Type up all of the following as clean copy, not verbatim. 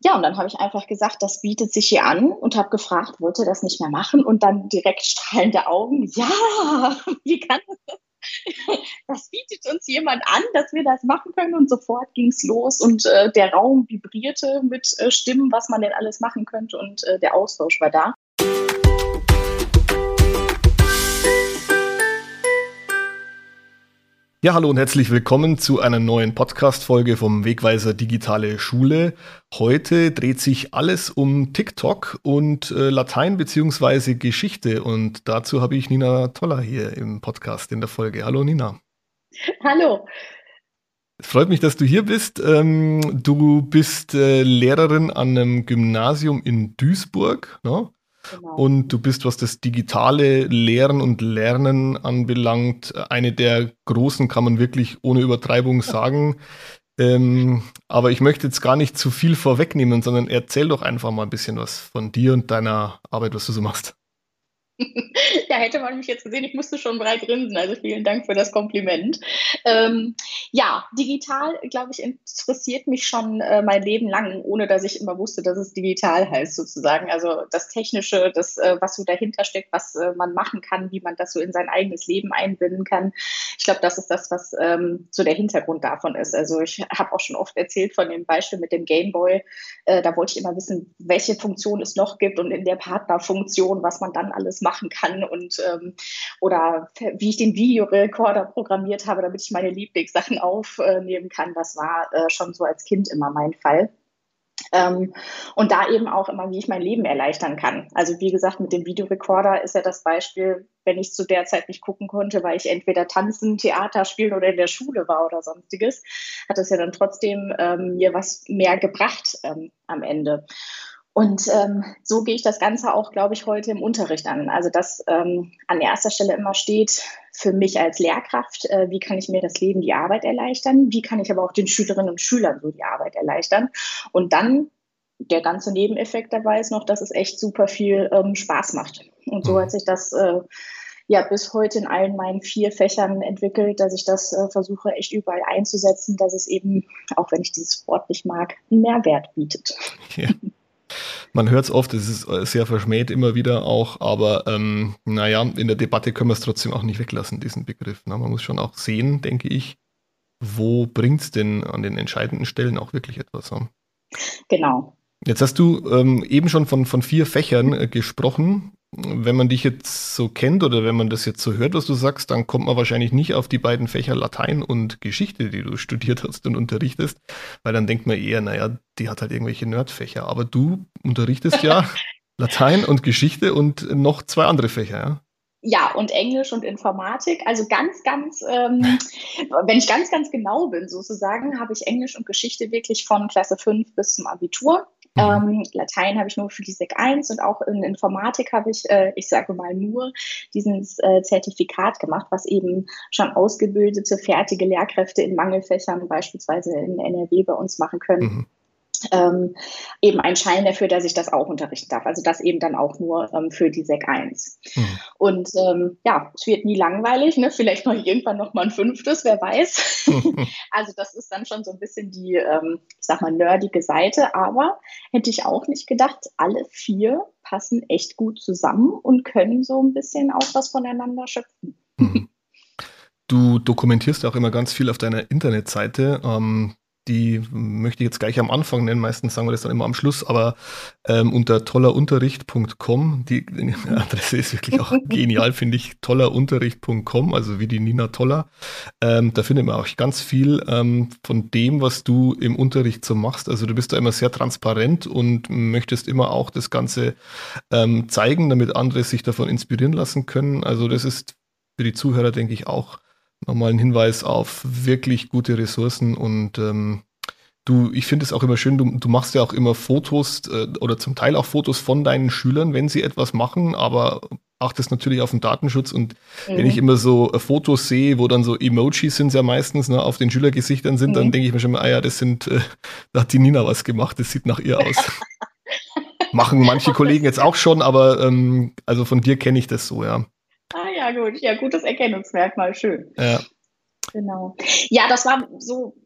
Ja, und dann habe ich einfach gesagt, das bietet sich hier an und habe gefragt, wollt ihr das nicht mehr machen? Und dann direkt strahlende Augen. Ja, wie kann das bietet uns jemand an, dass wir das machen können. Und sofort ging es los und der Raum vibrierte mit Stimmen, was man denn alles machen könnte. Und der Austausch war da. Ja, hallo und herzlich willkommen zu einer neuen Podcast-Folge vom Wegweiser Digitale Schule. Heute dreht sich alles um TikTok und Latein bzw. Geschichte. Und dazu habe ich Nina Toller hier im Podcast in der Folge. Hallo Nina. Hallo. Es freut mich, dass du hier bist. Du bist Lehrerin an einem Gymnasium in Duisburg, ne? Genau. Und du bist, was das digitale Lehren und Lernen anbelangt, eine der großen, kann man wirklich ohne Übertreibung sagen. Aber ich möchte jetzt gar nicht zu viel vorwegnehmen, sondern erzähl doch einfach mal ein bisschen was von dir und deiner Arbeit, was du so machst. Ja, hätte man mich jetzt gesehen, ich musste schon breit grinsen, also vielen Dank für das Kompliment. Ja, digital, glaube ich, interessiert mich schon mein Leben lang, ohne dass ich immer wusste, dass es digital heißt sozusagen. Also das Technische, das, was so dahinter steckt, was man machen kann, wie man das so in sein eigenes Leben einbinden kann. Ich glaube, das ist das, was so der Hintergrund davon ist. Also ich habe auch schon oft erzählt von dem Beispiel mit dem Gameboy. Da wollte ich immer wissen, welche Funktion es noch gibt und in der Partnerfunktion, was man dann alles machen kann und oder wie ich den Videorekorder programmiert habe, damit ich meine Lieblingssachen aufnehmen kann. Das war schon so als Kind immer mein Fall. Und da eben auch immer, wie ich mein Leben erleichtern kann. Also wie gesagt, mit dem Videorekorder ist ja das Beispiel, wenn ich zu der Zeit nicht gucken konnte, weil ich entweder tanzen, Theater spielen oder in der Schule war oder sonstiges, hat es ja dann trotzdem mir was mehr gebracht am Ende. Und so gehe ich das Ganze auch, glaube ich, heute im Unterricht an. Also dass an erster Stelle immer steht, für mich als Lehrkraft, wie kann ich mir das Leben, die Arbeit erleichtern? Wie kann ich aber auch den Schülerinnen und Schülern so die Arbeit erleichtern? Und dann der ganze Nebeneffekt dabei ist noch, dass es echt super viel Spaß macht. Und so hat sich das ja bis heute in allen meinen 4 Fächern entwickelt, dass ich das versuche echt überall einzusetzen, dass es eben, auch wenn ich dieses Wort nicht mag, einen Mehrwert bietet. Ja. Man hört es oft, es ist sehr verschmäht immer wieder auch, aber naja, in der Debatte können wir es trotzdem auch nicht weglassen, diesen Begriff. Ne? Man muss schon auch sehen, denke ich, wo bringt es denn an den entscheidenden Stellen auch wirklich etwas. Ne? Genau. Jetzt hast du eben schon von 4 Fächern gesprochen. Wenn man dich jetzt so kennt oder wenn man das jetzt so hört, was du sagst, dann kommt man wahrscheinlich nicht auf die beiden Fächer Latein und Geschichte, die du studiert hast und unterrichtest, weil dann denkt man eher, naja, die hat halt irgendwelche Nerdfächer. Aber du unterrichtest ja Latein und Geschichte und noch 2 andere Fächer, ja? Ja, und Englisch und Informatik. Also wenn ich ganz genau bin, sozusagen, habe ich Englisch und Geschichte wirklich von Klasse 5 bis zum Abitur. Latein habe ich nur für die Sek 1 und auch in Informatik habe ich sage mal nur dieses Zertifikat gemacht, was eben schon ausgebildete, fertige Lehrkräfte in Mangelfächern, beispielsweise in NRW bei uns machen können. Mhm. Eben ein Schein dafür, dass ich das auch unterrichten darf. Also das eben dann auch nur für die Sek 1. Mhm. Und ja, es wird nie langweilig, ne? Vielleicht mal irgendwann noch mal ein 5., wer weiß. Also das ist dann schon so ein bisschen die, ich sag mal, nerdige Seite. Aber hätte ich auch nicht gedacht, alle 4 passen echt gut zusammen und können so ein bisschen auch was voneinander schöpfen. Mhm. Du dokumentierst auch immer ganz viel auf deiner Internetseite. Die möchte ich jetzt gleich am Anfang nennen, meistens sagen wir das dann immer am Schluss, aber unter tollerunterricht.com, die Adresse ist wirklich auch genial, finde ich, tollerunterricht.com, also wie die Nina Toller. Da findet man auch ganz viel von dem, was du im Unterricht so machst. Also du bist da immer sehr transparent und möchtest immer auch das Ganze zeigen, damit andere sich davon inspirieren lassen können. Also das ist für die Zuhörer, denke ich, auch nochmal ein Hinweis auf wirklich gute Ressourcen und ich finde es auch immer schön, du machst ja auch immer Fotos oder zum Teil auch Fotos von deinen Schülern, wenn sie etwas machen, aber achtest natürlich auf den Datenschutz und wenn ich immer so Fotos sehe, wo dann so Emojis sind ja meistens, ne, auf den Schülergesichtern sind, dann denke ich mir schon mal, ja, da hat die Nina was gemacht, das sieht nach ihr aus. Machen manche Kollegen jetzt auch schon, aber also von dir kenne ich das so, ja. Ah ja, gut. Ja, gutes Erkennungsmerkmal. Schön. Ja. Genau. Ja, das war so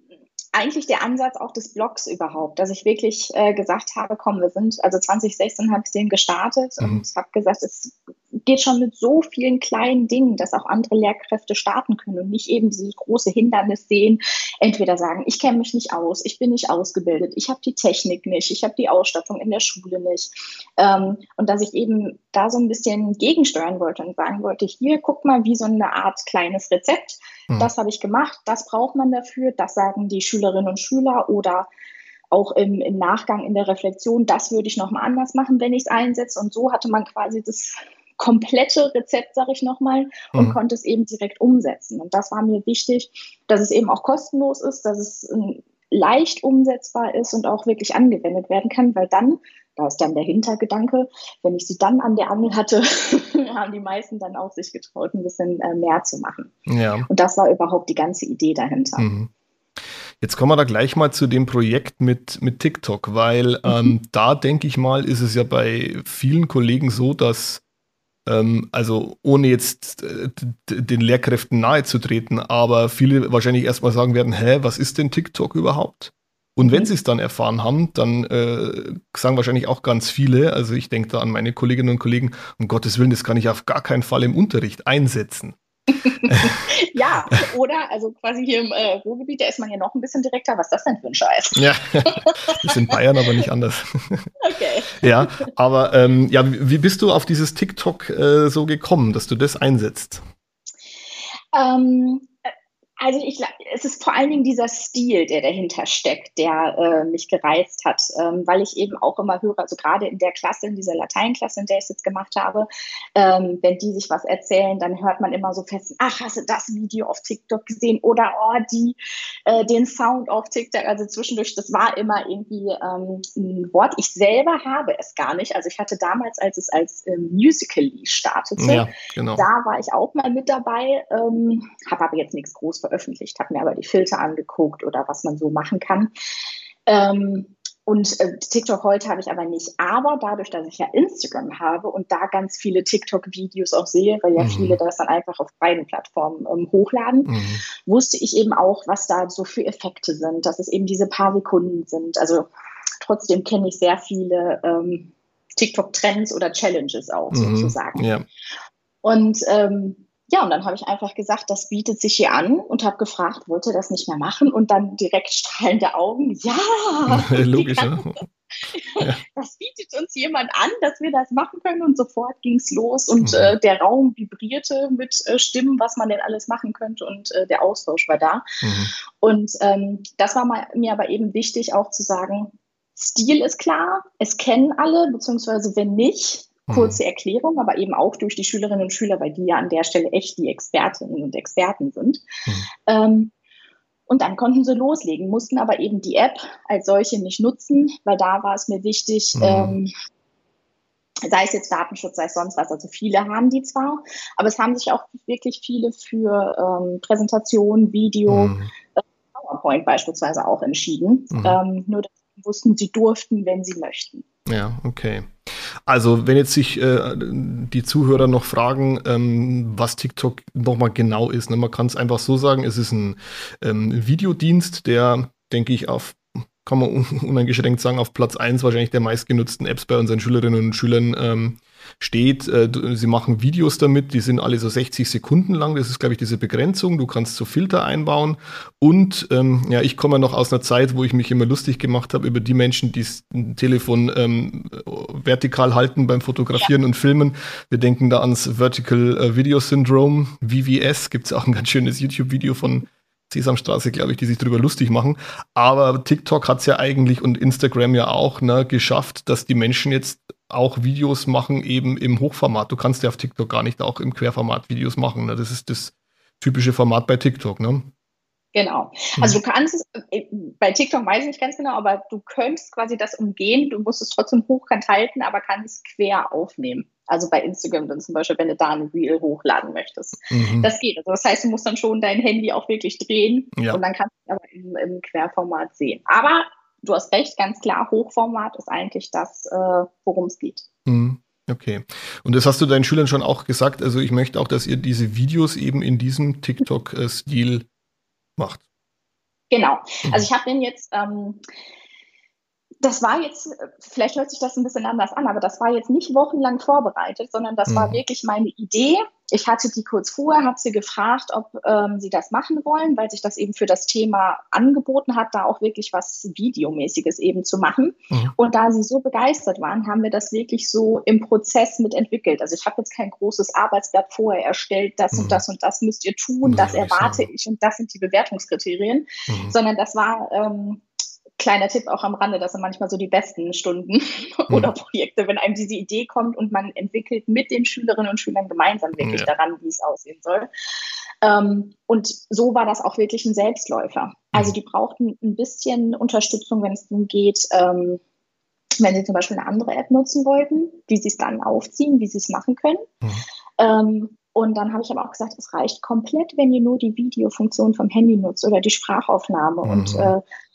eigentlich der Ansatz auch des Blogs überhaupt, dass ich wirklich gesagt habe, komm, also 2016 habe ich den gestartet und habe gesagt, es geht schon mit so vielen kleinen Dingen, dass auch andere Lehrkräfte starten können und nicht eben dieses große Hindernis sehen, entweder sagen, ich kenne mich nicht aus, ich bin nicht ausgebildet, ich habe die Technik nicht, ich habe die Ausstattung in der Schule nicht. Und dass ich eben da so ein bisschen gegensteuern wollte und sagen wollte, hier, guck mal, wie so eine Art kleines Rezept. Das habe ich gemacht, das braucht man dafür, das sagen die Schülerinnen und Schüler oder auch im Nachgang in der Reflexion, das würde ich nochmal anders machen, wenn ich es einsetze. Und so hatte man quasi das komplette Rezept, sage ich nochmal, und konnte es eben direkt umsetzen. Und das war mir wichtig, dass es eben auch kostenlos ist, dass es leicht umsetzbar ist und auch wirklich angewendet werden kann, weil dann, da ist dann der Hintergedanke, wenn ich sie dann an der Angel hatte, haben die meisten dann auch sich getraut, ein bisschen mehr zu machen. Ja. Und das war überhaupt die ganze Idee dahinter. Jetzt kommen wir da gleich mal zu dem Projekt mit TikTok, weil da denke ich mal, ist es ja bei vielen Kollegen so, dass also ohne jetzt den Lehrkräften nahe zu treten, aber viele wahrscheinlich erstmal sagen werden, was ist denn TikTok überhaupt? Und wenn sie es dann erfahren haben, dann sagen wahrscheinlich auch ganz viele, also ich denke da an meine Kolleginnen und Kollegen, um Gottes Willen, das kann ich auf gar keinen Fall im Unterricht einsetzen. Ja, oder? Also quasi hier im Ruhrgebiet, da ist man ja noch ein bisschen direkter. Was ist das denn für ein Scheiß? Ja, das ist in Bayern aber nicht anders. Okay. Ja, aber ja, wie bist du auf dieses TikTok so gekommen, dass du das einsetzt? Also es ist vor allen Dingen dieser Stil, der dahinter steckt, der mich gereizt hat, weil ich eben auch immer höre, also gerade in der Klasse, in dieser Lateinklasse, in der ich es jetzt gemacht habe, wenn die sich was erzählen, dann hört man immer so fest, ach, hast du das Video auf TikTok gesehen oder den Sound auf TikTok, also zwischendurch, das war immer irgendwie ein Wort. Ich selber habe es gar nicht, also ich hatte damals, als es als Musical.ly startete, ja, genau. Da war ich auch mal mit dabei, habe aber jetzt nichts groß veröffentlicht, habe mir aber die Filter angeguckt oder was man so machen kann. Und TikTok heute habe ich aber nicht. Aber dadurch, dass ich ja Instagram habe und da ganz viele TikTok-Videos auch sehe, weil ja viele das dann einfach auf beiden Plattformen hochladen, wusste ich eben auch, was da so für Effekte sind, dass es eben diese paar Sekunden sind. Also trotzdem kenne ich sehr viele TikTok-Trends oder Challenges auch sozusagen. Ja. Und ja, und dann habe ich einfach gesagt, das bietet sich hier an und habe gefragt, wollte das nicht mehr machen und dann direkt strahlende Augen. Ja, logisch, ja. Das bietet uns jemand an, dass wir das machen können und sofort ging es los und der Raum vibrierte mit Stimmen, was man denn alles machen könnte und der Austausch war da. Und das war mir aber eben wichtig auch zu sagen, Stil ist klar, es kennen alle, beziehungsweise wenn nicht, kurze Erklärung, aber eben auch durch die Schülerinnen und Schüler, weil die ja an der Stelle echt die Expertinnen und Experten sind. Und dann konnten sie loslegen, mussten aber eben die App als solche nicht nutzen, weil da war es mir wichtig, sei es jetzt Datenschutz, sei es sonst was. Also viele haben die zwar, aber es haben sich auch wirklich viele für Präsentation, Video, PowerPoint beispielsweise auch entschieden. Nur dass sie wussten, sie durften, wenn sie möchten. Ja, okay. Also wenn jetzt sich die Zuhörer noch fragen, was TikTok nochmal genau ist, ne? Man kann es einfach so sagen, es ist ein Videodienst, der, denke ich, kann man uneingeschränkt sagen, auf Platz 1 wahrscheinlich der meistgenutzten Apps bei unseren Schülerinnen und Schülern steht. Sie machen Videos damit, die sind alle so 60 Sekunden lang. Das ist, glaube ich, diese Begrenzung. Du kannst so Filter einbauen. Und ja, ich komme noch aus einer Zeit, wo ich mich immer lustig gemacht habe über die Menschen, die das Telefon vertikal halten beim Fotografieren und Filmen. Wir denken da ans Vertical Video Syndrome, VVS. Gibt es auch ein ganz schönes YouTube-Video von Sesamstraße, glaube ich, die sich darüber lustig machen. Aber TikTok hat es ja eigentlich und Instagram ja auch geschafft, dass die Menschen jetzt auch Videos machen, eben im Hochformat. Du kannst ja auf TikTok gar nicht auch im Querformat Videos machen. Ne? Das ist das typische Format bei TikTok, ne? Genau. Also du kannst es, bei TikTok weiß ich nicht ganz genau, aber du könntest quasi das umgehen. Du musst es trotzdem hochkant halten, aber kannst quer aufnehmen. Also bei Instagram dann zum Beispiel, wenn du da ein Reel hochladen möchtest. Das geht. Also das heißt, du musst dann schon dein Handy auch wirklich drehen und dann kannst du es aber im Querformat sehen. Aber du hast recht, ganz klar, Hochformat ist eigentlich das, worum es geht. Okay. Und das hast du deinen Schülern schon auch gesagt. Also ich möchte auch, dass ihr diese Videos eben in diesem TikTok-Stil macht. Genau. Also Mhm. ich habe den jetzt, das war jetzt, vielleicht hört sich das ein bisschen anders an, aber das war jetzt nicht wochenlang vorbereitet, sondern das war Mhm. wirklich meine Idee. Ich hatte die kurz vorher, habe sie gefragt, ob sie das machen wollen, weil sich das eben für das Thema angeboten hat, da auch wirklich was Videomäßiges eben zu machen. Mhm. Und da sie so begeistert waren, haben wir das wirklich so im Prozess mitentwickelt. Also ich habe jetzt kein großes Arbeitsblatt vorher erstellt, das Mhm. und das müsst ihr tun, Das das würde ich erwarte sagen. ich und das sind die Bewertungskriterien, Mhm. sondern das war kleiner Tipp auch am Rande, das sind manchmal so die besten Stunden Mhm. oder Projekte, wenn einem diese Idee kommt und man entwickelt mit den Schülerinnen und Schülern gemeinsam wirklich Ja. daran, wie es aussehen soll. Und so war das auch wirklich ein Selbstläufer. Also Mhm. die brauchten ein bisschen Unterstützung, wenn es darum geht, wenn sie zum Beispiel eine andere App nutzen wollten, wie sie es dann aufziehen, wie sie es machen können. Mhm. Und dann habe ich aber auch gesagt, es reicht komplett, wenn ihr nur die Videofunktion vom Handy nutzt oder die Sprachaufnahme und Mhm.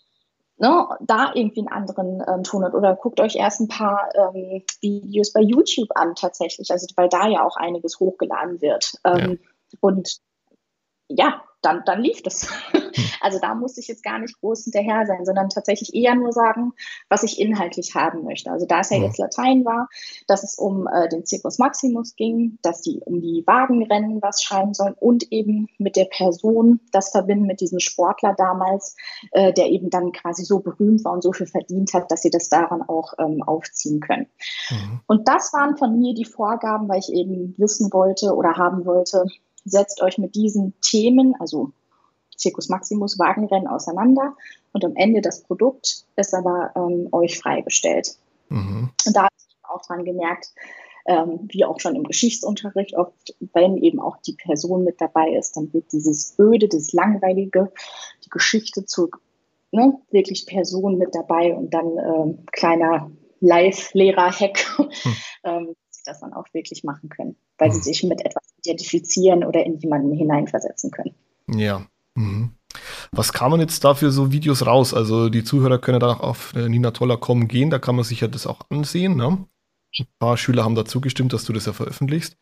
ne, da irgendwie einen anderen Ton hat. Oder guckt euch erst ein paar Videos bei YouTube an tatsächlich, also weil da ja auch einiges hochgeladen wird. Ja. Und ja, dann lief das. Mhm. Also da musste ich jetzt gar nicht groß hinterher sein, sondern tatsächlich eher nur sagen, was ich inhaltlich haben möchte. Also da es ja Mhm. jetzt Latein war, dass es um den Circus Maximus ging, dass die um die Wagenrennen was schreiben sollen und eben mit der Person das verbinden mit diesem Sportler damals, der eben dann quasi so berühmt war und so viel verdient hat, dass sie das daran auch aufziehen können. Mhm. Und das waren von mir die Vorgaben, weil ich eben wissen wollte oder haben wollte, setzt euch mit diesen Themen, also Circus Maximus, Wagenrennen auseinander und am Ende das Produkt ist aber euch freigestellt. Mhm. Und da habe ich auch dran gemerkt, wie auch schon im Geschichtsunterricht, oft, wenn eben auch die Person mit dabei ist, dann wird dieses Öde, das Langweilige, die Geschichte zur wirklich Person mit dabei und dann kleiner Live-Lehrer-Hack, Mhm. dass sie das dann auch wirklich machen können, weil sie Mhm. sich mit etwas identifizieren oder in jemanden hineinversetzen können. Ja. Mhm. Was kamen jetzt da für so Videos raus? Also die Zuhörer können da auf ninatoller.com gehen, da kann man sich ja das auch ansehen. Ne? Ein paar Schüler haben da zugestimmt, dass du das ja veröffentlichst.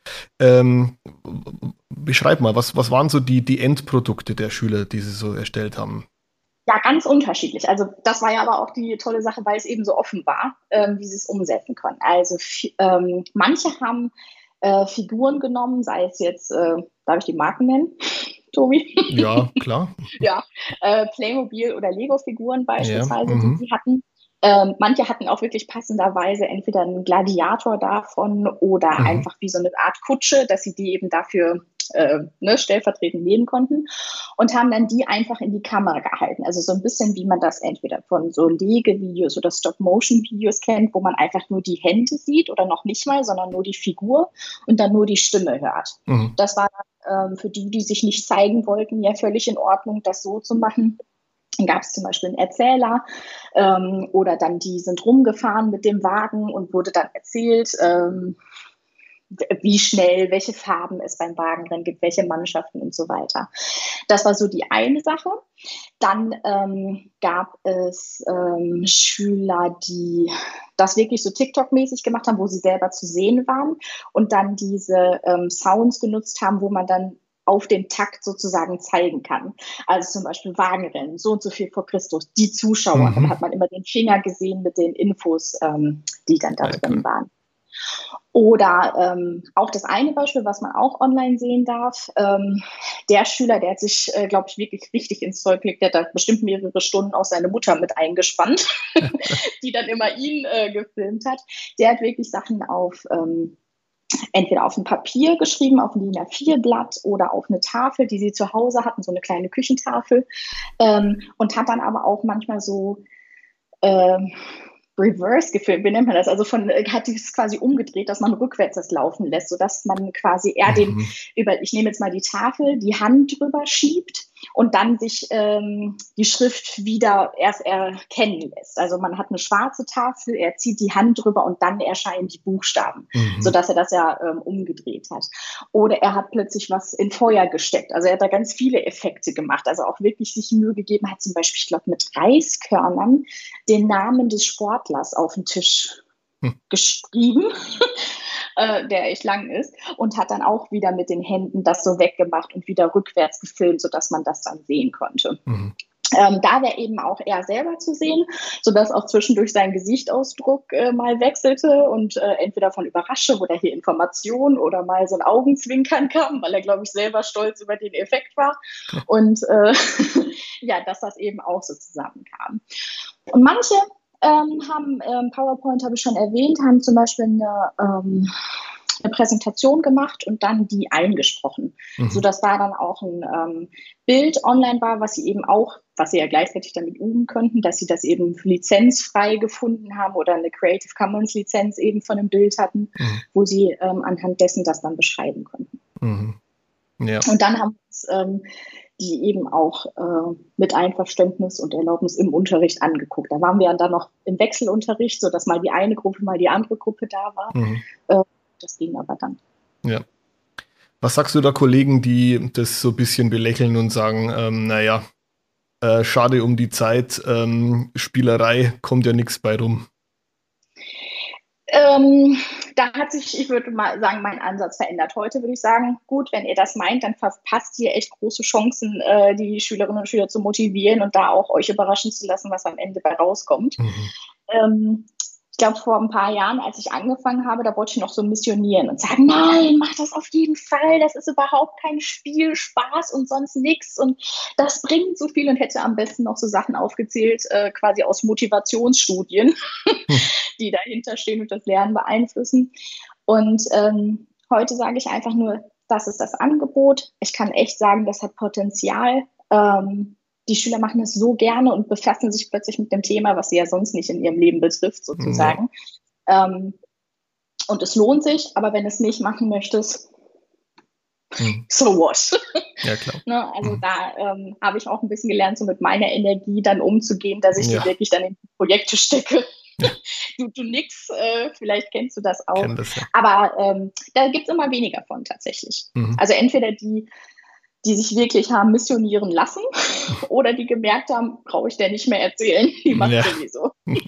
Beschreib mal, was waren so die Endprodukte der Schüler, die sie so erstellt haben? Ja, ganz unterschiedlich. Also das war ja aber auch die tolle Sache, weil es eben so offen war, wie sie es umsetzen können. Also manche haben Figuren genommen, sei es jetzt, darf ich die Marken nennen, Tobi? Ja, klar. Ja, Playmobil oder Lego-Figuren Ja. beispielsweise, die Mhm. sie hatten. Manche hatten auch wirklich passenderweise entweder einen Gladiator davon oder Mhm. einfach wie so eine Art Kutsche, dass sie die eben dafür stellvertretend nehmen konnten und haben dann die einfach in die Kamera gehalten. Also so ein bisschen wie man das entweder von so Legevideos oder Stop-Motion-Videos kennt, wo man einfach nur die Hände sieht oder noch nicht mal, sondern nur die Figur und dann nur die Stimme hört. Mhm. Das war für die, die sich nicht zeigen wollten, ja völlig in Ordnung, das so zu machen. Dann gab es zum Beispiel einen Erzähler oder dann die sind rumgefahren mit dem Wagen und wurde dann erzählt, wie schnell, welche Farben es beim Wagenrennen gibt, welche Mannschaften und so weiter. Das war so die eine Sache. Dann gab es Schüler, die das wirklich so TikTok-mäßig gemacht haben, wo sie selber zu sehen waren und dann diese Sounds genutzt haben, wo man dann auf den Takt sozusagen zeigen kann. Also zum Beispiel Wagenrennen, so und so viel vor Christus, die Zuschauer. Und dann Mhm. hat man immer den Finger gesehen mit den Infos, die dann da Ja, drin cool. waren. Oder auch das eine Beispiel, was man auch online sehen darf, der Schüler, der hat sich, glaube ich, wirklich richtig ins Zeug gelegt, der hat da bestimmt mehrere Stunden auch seine Mutter mit eingespannt, die dann immer ihn gefilmt hat. Der hat wirklich Sachen auf entweder auf ein Papier geschrieben, auf ein DIN A4-Blatt oder auf eine Tafel, die sie zu Hause hatten, so eine kleine Küchentafel, und hat dann aber auch manchmal so ähm, reverse gefilmt, wie nennt man das? Also hat es quasi umgedreht, dass man rückwärts das laufen lässt, sodass man quasi eher Mhm. ich nehme jetzt mal die Tafel, die Hand drüber schiebt und dann sich die Schrift wieder erst erkennen lässt. Also man hat eine schwarze Tafel, er zieht die Hand drüber und dann erscheinen die Buchstaben, Mhm. sodass er das ja umgedreht hat. Oder er hat plötzlich was in Feuer gesteckt. Also er hat da ganz viele Effekte gemacht, also auch wirklich sich Mühe gegeben hat, zum Beispiel, ich glaube, mit Reiskörnern den Namen des Sportlers auf den Tisch Mhm. geschrieben, der echt lang ist, und hat dann auch wieder mit den Händen das so weggemacht und wieder rückwärts gefilmt, sodass man das dann sehen konnte. Mhm. Da wäre eben auch er selber zu sehen, sodass auch zwischendurch sein Gesichtsausdruck mal wechselte und entweder von Überraschung oder hier Information oder mal so ein Augenzwinkern kam, weil er, glaube ich, selber stolz über den Effekt war. Und ja, dass das eben auch so zusammenkam. Und manche haben PowerPoint, habe ich schon erwähnt, haben zum Beispiel eine Präsentation gemacht und dann die eingesprochen, sodass da dann auch ein Bild online war, was sie ja gleichzeitig damit üben könnten, dass sie das eben lizenzfrei gefunden haben oder eine Creative Commons Lizenz eben von dem Bild hatten, wo sie anhand dessen das dann beschreiben konnten. Ja. Und dann haben wir uns die eben auch mit Einverständnis und Erlaubnis im Unterricht angeguckt. Da waren wir dann noch im Wechselunterricht, sodass mal die eine Gruppe, mal die andere Gruppe da war. Das ging aber dann. Ja. Was sagst du da Kollegen, die das so ein bisschen belächeln und sagen, naja, schade um die Zeit, Spielerei, kommt ja nichts bei rum? Da hat sich, ich würde mal sagen, mein Ansatz verändert. Heute würde ich sagen, gut, wenn ihr das meint, dann verpasst ihr echt große Chancen, die Schülerinnen und Schüler zu motivieren und da auch euch überraschen zu lassen, was am Ende bei rauskommt. Ich glaube, vor ein paar Jahren, als ich angefangen habe, da wollte ich noch so missionieren und sagen, nein, mach das auf jeden Fall, das ist überhaupt kein Spiel, Spaß und sonst nichts und das bringt so viel und hätte am besten noch so Sachen aufgezählt, quasi aus Motivationsstudien, die dahinter stehen und das Lernen beeinflussen. Und heute sage ich einfach nur, das ist das Angebot. Ich kann echt sagen, das hat Potenzial. Die Schüler machen es so gerne und befassen sich plötzlich mit dem Thema, was sie ja sonst nicht in ihrem Leben betrifft, sozusagen. Und es lohnt sich, aber wenn du es nicht machen möchtest, so what? Ja, klar. Ne, also da habe ich auch ein bisschen gelernt, so mit meiner Energie dann umzugehen, dass ich die wirklich dann in Projekte stecke. Du nix, vielleicht kennst du das auch. Kenn das, ja. Aber da gibt es immer weniger von tatsächlich. Also entweder die sich wirklich haben missionieren lassen oder die gemerkt haben, brauche ich dir nicht mehr erzählen, die macht sowieso.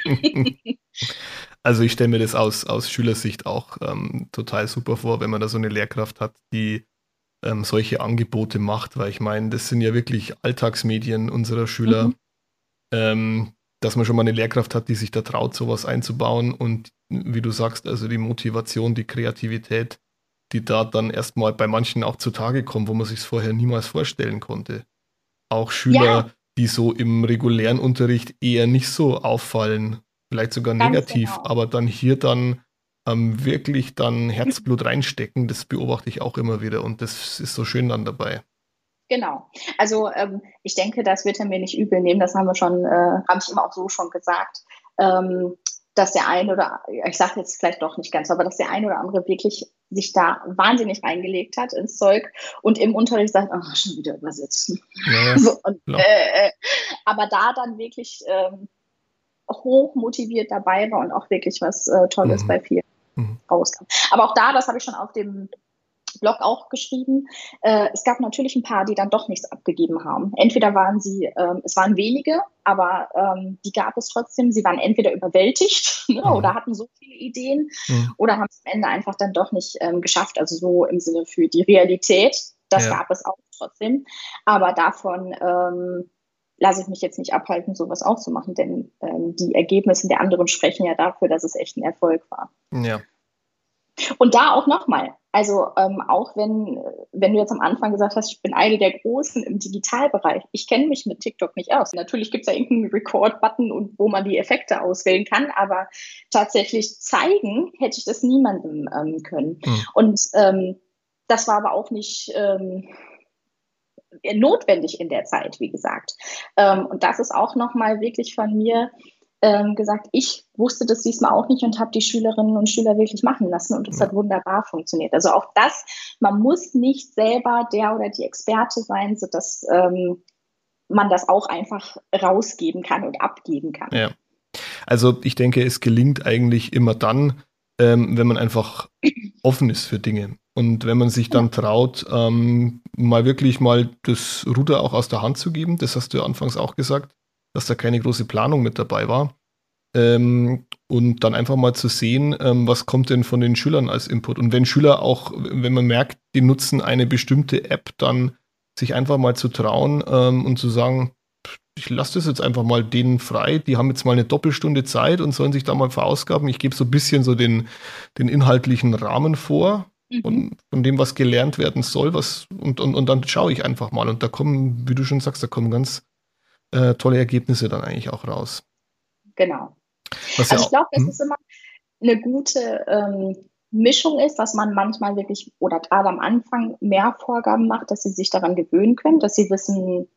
Also ich stelle mir das aus Schülersicht auch total super vor, wenn man da so eine Lehrkraft hat, die solche Angebote macht, weil ich meine, das sind ja wirklich Alltagsmedien unserer Schüler, dass man schon mal eine Lehrkraft hat, die sich da traut, sowas einzubauen und wie du sagst, also die Motivation, die Kreativität, die da dann erstmal bei manchen auch zutage kommt, wo man sich es vorher niemals vorstellen konnte. Auch Schüler, die so im regulären Unterricht eher nicht so auffallen, vielleicht sogar negativ, aber dann hier dann wirklich dann Herzblut reinstecken, das beobachte ich auch immer wieder und das ist so schön dann dabei. Genau. Also ich denke, das wird er mir nicht übel nehmen, das haben wir schon, habe ich immer auch so schon gesagt, dass der eine oder, ich sage jetzt vielleicht doch nicht ganz, aber dass der eine oder andere wirklich sich da wahnsinnig reingelegt hat ins Zeug und im Unterricht sagt, ach, schon wieder übersetzen. Ja, so, und, aber da dann wirklich hoch motiviert dabei war und auch wirklich was Tolles bei vielen rauskam. Aber auch da, das habe ich schon auf dem Blog auch geschrieben, es gab natürlich ein paar, die dann doch nichts abgegeben haben. Entweder waren sie, es waren wenige, aber die gab es trotzdem. Sie waren entweder überwältigt oder hatten so viele Ideen oder haben es am Ende einfach dann doch nicht geschafft. Also so im Sinne für die Realität, das gab es auch trotzdem. Aber davon lasse ich mich jetzt nicht abhalten, sowas auch zu machen, denn die Ergebnisse der anderen sprechen ja dafür, dass es echt ein Erfolg war. Ja. Und da auch nochmal, also auch wenn du jetzt am Anfang gesagt hast, ich bin eine der Großen im Digitalbereich, ich kenne mich mit TikTok nicht aus. Natürlich gibt es da irgendeinen Record-Button, und wo man die Effekte auswählen kann, aber tatsächlich zeigen hätte ich das niemandem können. Und das war aber auch nicht notwendig in der Zeit, wie gesagt. Und das ist auch nochmal wirklich von mir gesagt, ich wusste das diesmal auch nicht und habe die Schülerinnen und Schüler wirklich machen lassen und das hat wunderbar funktioniert. Also auch das, man muss nicht selber der oder die Experte sein, sodass man das auch einfach rausgeben kann und abgeben kann. Ja. Also ich denke, es gelingt eigentlich immer dann, wenn man einfach offen ist für Dinge. Und wenn man sich dann traut, mal wirklich mal das Ruder auch aus der Hand zu geben, das hast du ja anfangs auch gesagt, dass da keine große Planung mit dabei war. Und dann einfach mal zu sehen, was kommt denn von den Schülern als Input. Und wenn Schüler auch, wenn man merkt, die nutzen eine bestimmte App, dann sich einfach mal zu trauen und zu sagen, ich lasse das jetzt einfach mal denen frei. Die haben jetzt mal eine Doppelstunde Zeit und sollen sich da mal verausgaben. Ich gebe so ein bisschen so den inhaltlichen Rahmen vor Mhm. von dem, was gelernt werden soll, und dann schaue ich einfach mal. Und da kommen, wie du schon sagst, da kommen ganz tolle Ergebnisse dann eigentlich auch raus. Genau. Was ja Also ich auch, glaube, dass es immer eine gute Mischung ist, dass man manchmal wirklich oder gerade am Anfang mehr Vorgaben macht, dass sie sich daran gewöhnen können, dass sie wissen,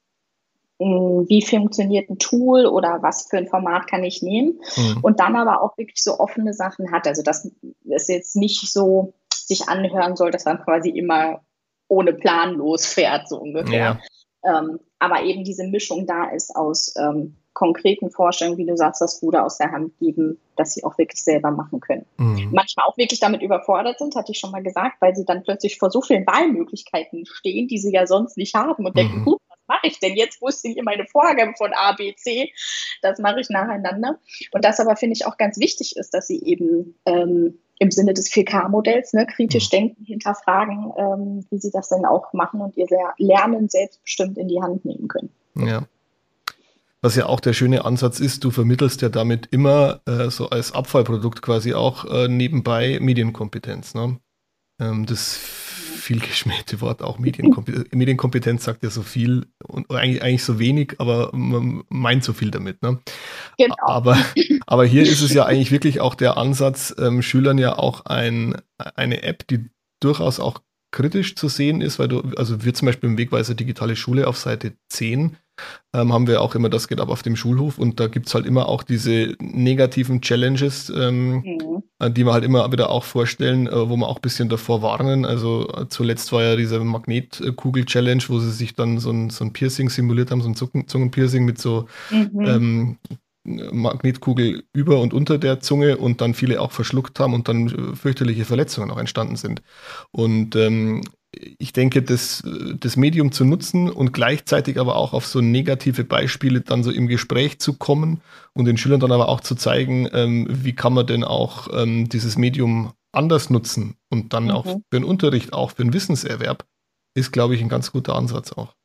wie funktioniert ein Tool oder was für ein Format kann ich nehmen hm, und dann aber auch wirklich so offene Sachen hat. Also dass es jetzt nicht so sich anhören soll, dass man quasi immer ohne Plan losfährt, so ungefähr. ja, Aber eben diese Mischung da ist aus konkreten Vorstellungen, wie du sagst, das Ruder aus der Hand geben, dass sie auch wirklich selber machen können. hm, Manchmal auch wirklich damit überfordert sind, hatte ich schon mal gesagt, weil sie dann plötzlich vor so vielen Wahlmöglichkeiten stehen, die sie ja sonst nicht haben und denken, mhm, was mache ich denn jetzt? Wo ist denn hier meine Vorgabe von A, B, C? Das mache ich nacheinander. Und das aber finde ich auch ganz wichtig ist, dass sie eben im Sinne des 4K-Modells kritisch hm, denken, hinterfragen, wie sie das denn auch machen und ihr Lernen selbstbestimmt in die Hand nehmen können. ja. Was ja auch der schöne Ansatz ist, du vermittelst ja damit immer so als Abfallprodukt quasi auch nebenbei Medienkompetenz. Ne? Das viel geschmähte Wort auch Medienkompetenz. Medienkompetenz sagt ja so viel und eigentlich so wenig, aber man meint so viel damit. Ne? Genau. Aber, aber hier ist es ja eigentlich wirklich auch der Ansatz, Schülern ja auch eine App, die durchaus auch kritisch zu sehen ist, weil also wir zum Beispiel im Wegweiser Digitale Schule auf Seite 10 haben wir auch immer das geht ab auf dem Schulhof und da gibt es halt immer auch diese negativen Challenges, Mhm. die wir halt immer wieder auch vorstellen, wo wir auch ein bisschen davor warnen. Also zuletzt war ja diese Magnetkugel-Challenge, wo sie sich dann so ein Piercing simuliert haben, so ein Zungenpiercing mit so Mhm. ähm, Magnetkugel über und unter der Zunge und dann viele auch verschluckt haben und dann fürchterliche Verletzungen auch entstanden sind. Und ich denke, das Medium zu nutzen und gleichzeitig aber auch auf so negative Beispiele dann so im Gespräch zu kommen und den Schülern dann aber auch zu zeigen, wie kann man denn auch dieses Medium anders nutzen und dann auch für Mhm. den Unterricht, auch für den Wissenserwerb, ist, glaube ich, ein ganz guter Ansatz auch.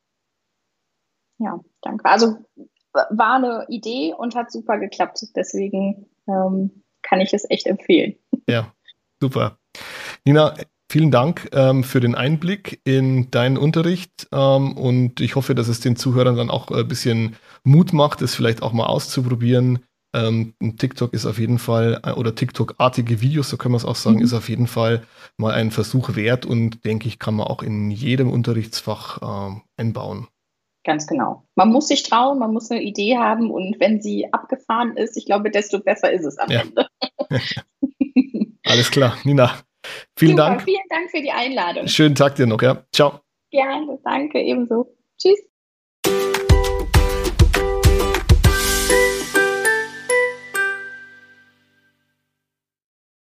Ja, danke. Also war eine Idee und hat super geklappt. Deswegen kann ich es echt empfehlen. Ja, super. Nina, vielen Dank für den Einblick in deinen Unterricht und ich hoffe, dass es den Zuhörern dann auch ein bisschen Mut macht, es vielleicht auch mal auszuprobieren. TikTok ist auf jeden Fall, oder TikTok-artige Videos, so können wir es auch sagen, ist Mhm. auf jeden Fall mal ein Versuch wert und denke ich, kann man auch in jedem Unterrichtsfach einbauen. Ganz genau. Man muss sich trauen, man muss eine Idee haben und wenn sie abgefahren ist, ich glaube, desto besser ist es am Ja, Ende. alles klar. Nina, vielen Super, Dank. vielen Dank für die Einladung. Schönen Tag dir noch, ja. Ciao. Gerne, danke, ebenso. Tschüss.